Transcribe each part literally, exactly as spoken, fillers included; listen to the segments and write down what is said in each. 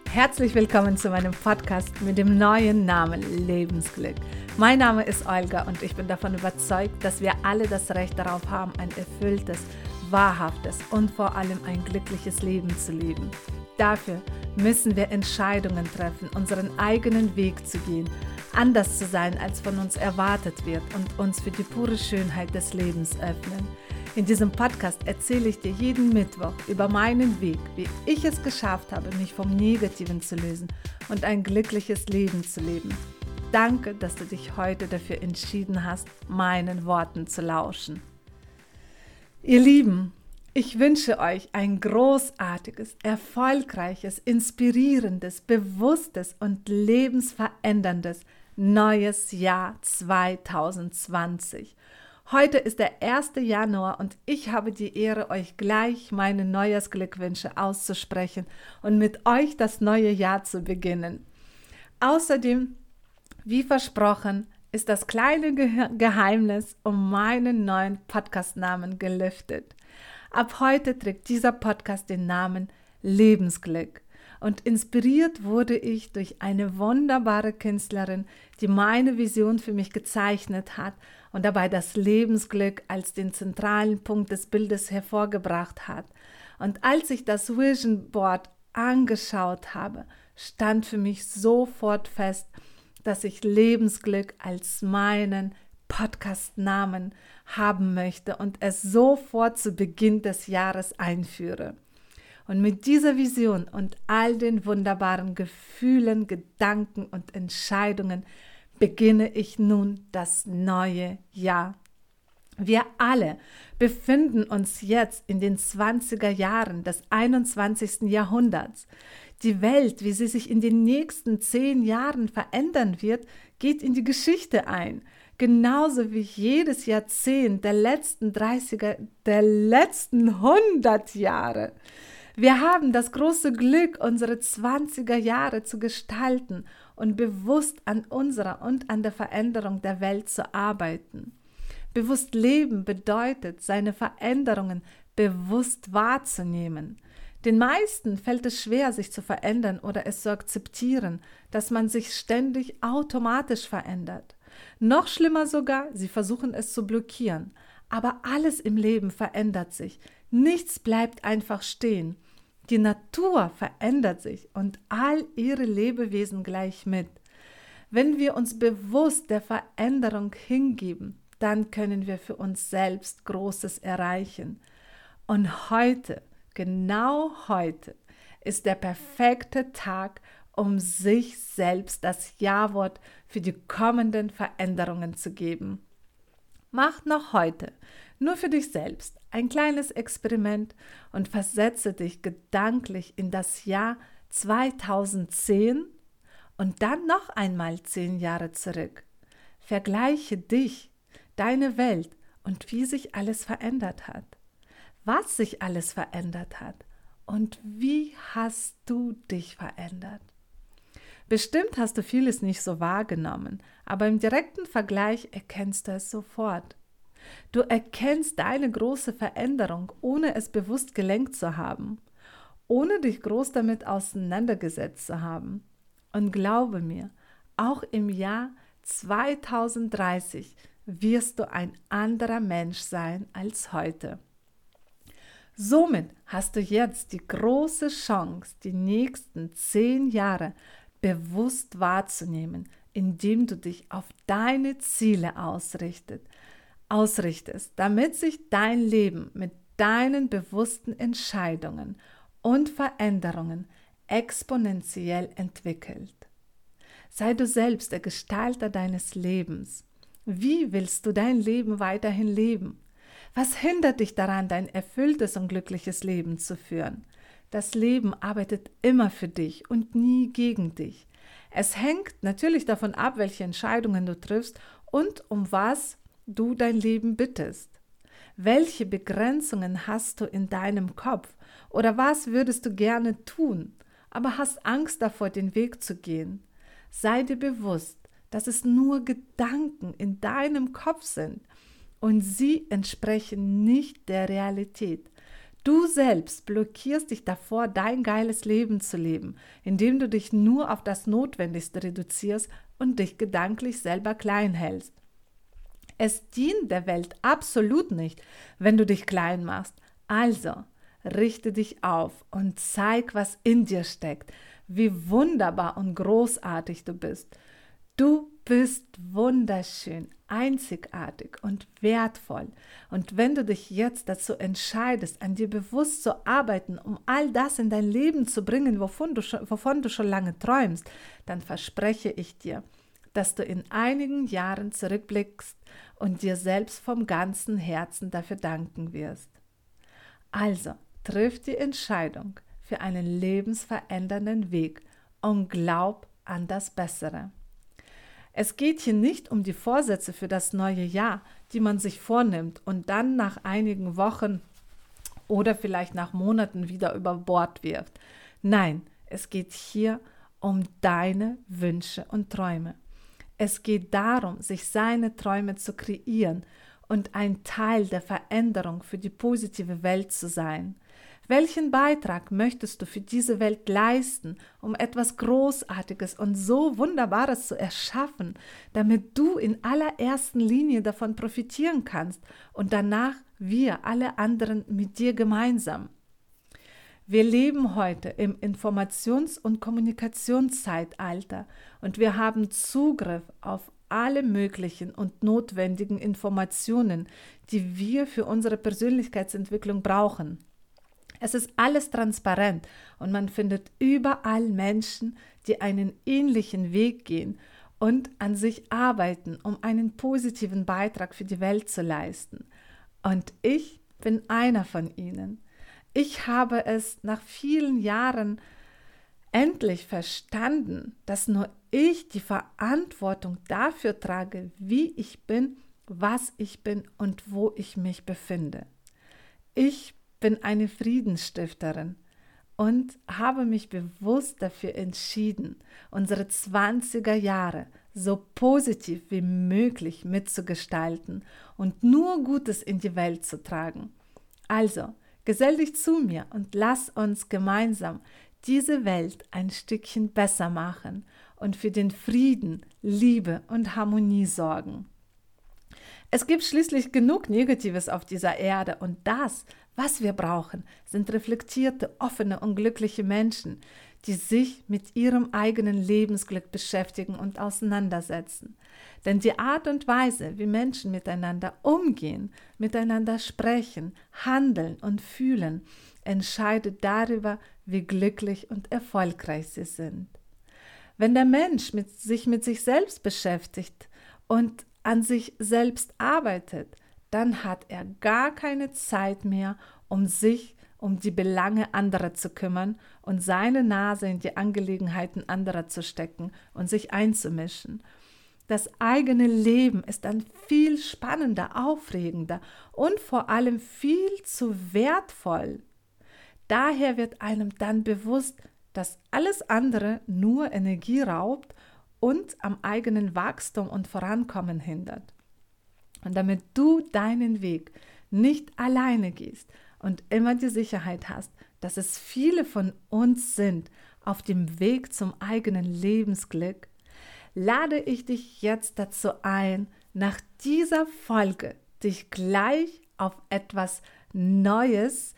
Herzlich willkommen zu meinem Podcast mit dem neuen Namen Lebensglück. Mein Name ist Olga und ich bin davon überzeugt, dass wir alle das Recht darauf haben, ein erfülltes, wahrhaftes und vor allem ein glückliches Leben zu leben. Dafür müssen wir Entscheidungen treffen, unseren eigenen Weg zu gehen, anders zu sein, als von uns erwartet wird und uns für die pure Schönheit des Lebens öffnen. In diesem Podcast erzähle ich dir jeden Mittwoch über meinen Weg, wie ich es geschafft habe, mich vom Negativen zu lösen und ein glückliches Leben zu leben. Danke, dass du dich heute dafür entschieden hast, meinen Worten zu lauschen. Ihr Lieben, ich wünsche euch ein großartiges, erfolgreiches, inspirierendes, bewusstes und lebensveränderndes neues Jahr zwanzig zwanzig. Heute ist der erste Januar und ich habe die Ehre, euch gleich meine Neujahrsglückwünsche auszusprechen und mit euch das neue Jahr zu beginnen. Außerdem, wie versprochen, ist das kleine Ge- Geheimnis um meinen neuen Podcastnamen gelüftet. Ab heute trägt dieser Podcast den Namen Lebensglück. Und inspiriert wurde ich durch eine wunderbare Künstlerin, die meine Vision für mich gezeichnet hat und dabei das Lebensglück als den zentralen Punkt des Bildes hervorgebracht hat. Und als ich das Vision Board angeschaut habe, stand für mich sofort fest, dass ich Lebensglück als meinen Podcastnamen haben möchte und es sofort zu Beginn des Jahres einführe. Und mit dieser Vision und all den wunderbaren Gefühlen, Gedanken und Entscheidungen beginne ich nun das neue Jahr. Wir alle befinden uns jetzt in den zwanziger Jahren des einundzwanzigsten Jahrhunderts. Die Welt, wie sie sich in den nächsten zehn Jahren verändern wird, geht in die Geschichte ein. Genauso wie jedes Jahrzehnt der letzten dreißiger, der letzten hundert Jahre. Wir haben das große Glück, unsere zwanziger Jahre zu gestalten und bewusst an unserer und an der Veränderung der Welt zu arbeiten. Bewusst leben bedeutet, seine Veränderungen bewusst wahrzunehmen. Den meisten fällt es schwer, sich zu verändern oder es zu akzeptieren, dass man sich ständig automatisch verändert. Noch schlimmer sogar, sie versuchen es zu blockieren. Aber alles im Leben verändert sich. Nichts bleibt einfach stehen. Die Natur verändert sich und all ihre Lebewesen gleich mit. Wenn wir uns bewusst der Veränderung hingeben, dann können wir für uns selbst Großes erreichen. Und heute, genau heute, ist der perfekte Tag, um sich selbst das Ja-Wort für die kommenden Veränderungen zu geben. Mach noch heute, nur für dich selbst, ein kleines Experiment und versetze dich gedanklich in das Jahr zweitausendzehn und dann noch einmal zehn Jahre zurück. Vergleiche dich, deine Welt und wie sich alles verändert hat. Was sich alles verändert hat und wie hast du dich verändert? Bestimmt hast du vieles nicht so wahrgenommen, aber im direkten Vergleich erkennst du es sofort. Du erkennst deine große Veränderung, ohne es bewusst gelenkt zu haben, ohne dich groß damit auseinandergesetzt zu haben. Und glaube mir, auch im Jahr zweitausenddreißig wirst du ein anderer Mensch sein als heute. Somit hast du jetzt die große Chance, die nächsten zehn Jahre bewusst wahrzunehmen, indem du dich auf deine Ziele ausrichtest. ausrichtest, damit sich dein Leben mit deinen bewussten Entscheidungen und Veränderungen exponentiell entwickelt. Sei du selbst der Gestalter deines Lebens. Wie willst du dein Leben weiterhin leben? Was hindert dich daran, dein erfülltes und glückliches Leben zu führen? Das Leben arbeitet immer für dich und nie gegen dich. Es hängt natürlich davon ab, welche Entscheidungen du triffst und um was du dein Leben bittest. Welche Begrenzungen hast du in deinem Kopf oder was würdest du gerne tun, aber hast Angst davor, den Weg zu gehen? Sei dir bewusst, dass es nur Gedanken in deinem Kopf sind und sie entsprechen nicht der Realität. Du selbst blockierst dich davor, dein geiles Leben zu leben, indem du dich nur auf das Notwendigste reduzierst und dich gedanklich selber klein hältst. Es dient der Welt absolut nicht, wenn du dich klein machst. Also, richte dich auf und zeig, was in dir steckt, wie wunderbar und großartig du bist. Du bist wunderschön, einzigartig und wertvoll. Und wenn du dich jetzt dazu entscheidest, an dir bewusst zu arbeiten, um all das in dein Leben zu bringen, wovon du schon, wovon du schon lange träumst, dann verspreche ich dir, dass du in einigen Jahren zurückblickst und dir selbst vom ganzen Herzen dafür danken wirst. Also, triff die Entscheidung für einen lebensverändernden Weg und glaub an das Bessere. Es geht hier nicht um die Vorsätze für das neue Jahr, die man sich vornimmt und dann nach einigen Wochen oder vielleicht nach Monaten wieder über Bord wirft. Nein, es geht hier um deine Wünsche und Träume. Es geht darum, sich seine Träume zu kreieren und ein Teil der Veränderung für die positive Welt zu sein. Welchen Beitrag möchtest du für diese Welt leisten, um etwas Großartiges und so Wunderbares zu erschaffen, damit du in allererster Linie davon profitieren kannst und danach wir alle anderen mit dir gemeinsam? Wir leben heute im Informations- und Kommunikationszeitalter und wir haben Zugriff auf alle möglichen und notwendigen Informationen, die wir für unsere Persönlichkeitsentwicklung brauchen. Es ist alles transparent und man findet überall Menschen, die einen ähnlichen Weg gehen und an sich arbeiten, um einen positiven Beitrag für die Welt zu leisten. Und ich bin einer von ihnen. Ich habe es nach vielen Jahren endlich verstanden, dass nur ich die Verantwortung dafür trage, wie ich bin, was ich bin und wo ich mich befinde. Ich bin eine Friedensstifterin und habe mich bewusst dafür entschieden, unsere zwanziger Jahre so positiv wie möglich mitzugestalten und nur Gutes in die Welt zu tragen. Also, gesell dich zu mir und lass uns gemeinsam diese Welt ein Stückchen besser machen und für den Frieden, Liebe und Harmonie sorgen. Es gibt schließlich genug Negatives auf dieser Erde und das, was wir brauchen, sind reflektierte, offene und glückliche Menschen, die sich mit ihrem eigenen Lebensglück beschäftigen und auseinandersetzen. Denn die Art und Weise, wie Menschen miteinander umgehen, miteinander sprechen, handeln und fühlen, entscheidet darüber, wie glücklich und erfolgreich sie sind. Wenn der Mensch mit, sich mit sich selbst beschäftigt und an sich selbst arbeitet, dann hat er gar keine Zeit mehr, um sich um die Belange anderer zu kümmern und seine Nase in die Angelegenheiten anderer zu stecken und sich einzumischen. Das eigene Leben ist dann viel spannender, aufregender und vor allem viel zu wertvoll. Daher wird einem dann bewusst, dass alles andere nur Energie raubt und am eigenen Wachstum und Vorankommen hindert. Und damit du deinen Weg nicht alleine gehst und immer die Sicherheit hast, dass es viele von uns sind auf dem Weg zum eigenen Lebensglück, lade ich dich jetzt dazu ein, nach dieser Folge dich gleich auf etwas Neues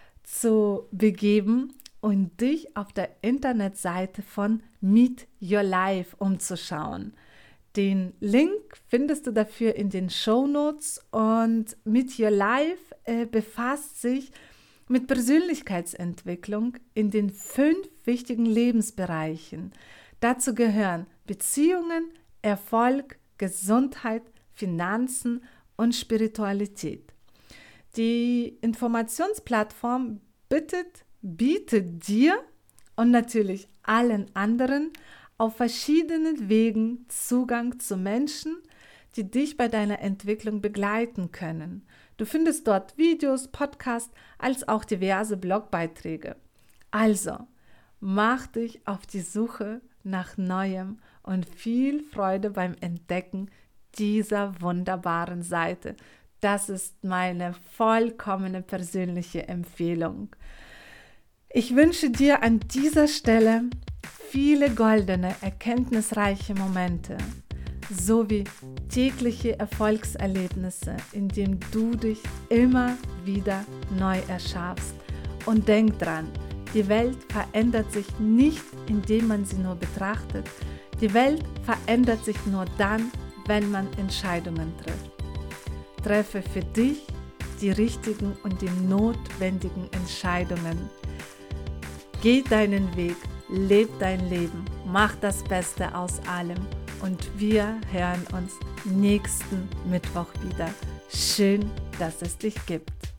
zu begeben und dich auf der Internetseite von Meet Your Life umzuschauen. Den Link findest du dafür in den Shownotes und Meet Your Life äh, befasst sich mit Persönlichkeitsentwicklung in den fünf wichtigen Lebensbereichen. Dazu gehören Beziehungen, Erfolg, Gesundheit, Finanzen und Spiritualität. Die Informationsplattform bietet, bietet dir und natürlich allen anderen auf verschiedenen Wegen Zugang zu Menschen, die dich bei deiner Entwicklung begleiten können. Du findest dort Videos, Podcasts, als auch diverse Blogbeiträge. Also, mach dich auf die Suche nach Neuem und viel Freude beim Entdecken dieser wunderbaren Seite. Das ist meine vollkommene persönliche Empfehlung. Ich wünsche dir an dieser Stelle viele goldene, erkenntnisreiche Momente sowie tägliche Erfolgserlebnisse, in denen du dich immer wieder neu erschaffst. Und denk dran, die Welt verändert sich nicht, indem man sie nur betrachtet. Die Welt verändert sich nur dann, wenn man Entscheidungen trifft. Treffe für dich die richtigen und die notwendigen Entscheidungen. Geh deinen Weg, leb dein Leben, mach das Beste aus allem und wir hören uns nächsten Mittwoch wieder. Schön, dass es dich gibt.